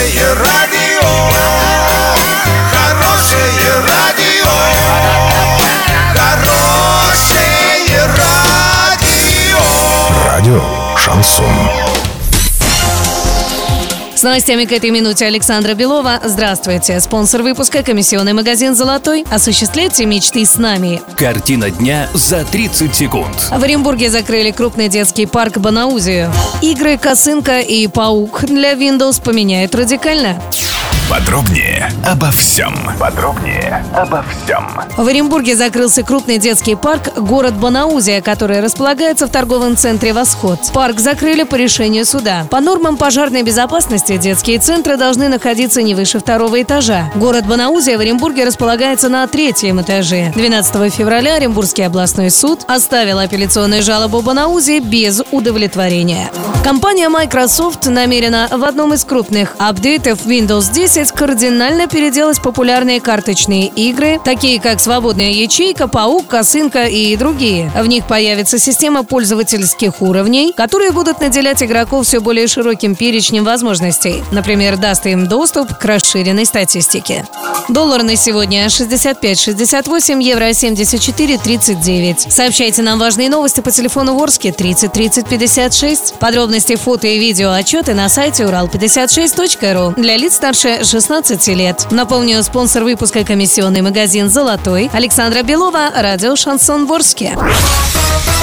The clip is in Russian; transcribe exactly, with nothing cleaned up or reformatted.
Хорошее радио, хорошее радио, хорошее радио. Радио Шансон. С новостями к этой минуте Александра Белова. Здравствуйте. Спонсор выпуска — комиссионный магазин «Золотой». Осуществляйте мечты с нами. Картина дня за тридцать секунд. В Оренбурге закрыли крупный детский парк Банаузию. Игры «Косынка» и «Паук» для Windows поменяют радикально. Подробнее обо всем. Подробнее обо всем. В Оренбурге закрылся крупный детский парк «Город Банаузия», который располагается в торговом центре «Восход». Парк закрыли по решению суда. По нормам пожарной безопасности детские центры должны находиться не выше второго этажа. Город Банаузия в Оренбурге располагается на третьем этаже. двенадцатого февраля Оренбургский областной суд оставил апелляционную жалобу Банаузии без удовлетворения. Компания Microsoft намерена в одном из крупных апдейтов Windows десять кардинально переделать популярные карточные игры, такие как «Свободная ячейка», «Паук», «Косынка» и другие. В них появится система пользовательских уровней, которые будут наделять игроков все более широким перечнем возможностей. Например, даст им доступ к расширенной статистике. Доллар на сегодня шестьдесят пять шестьдесят восемь, евро семьдесят четыре тридцать девять. Сообщайте нам важные новости по телефону Ворске тридцать тридцать пятьдесят шесть. Подробности, фото и видео отчеты на сайте урал пятьдесят шесть точка ру для лиц старше шестнадцати лет. Напомню, спонсор выпуска — комиссионный магазин «Золотой». Александра Белова, радио «Шансон» Ворске.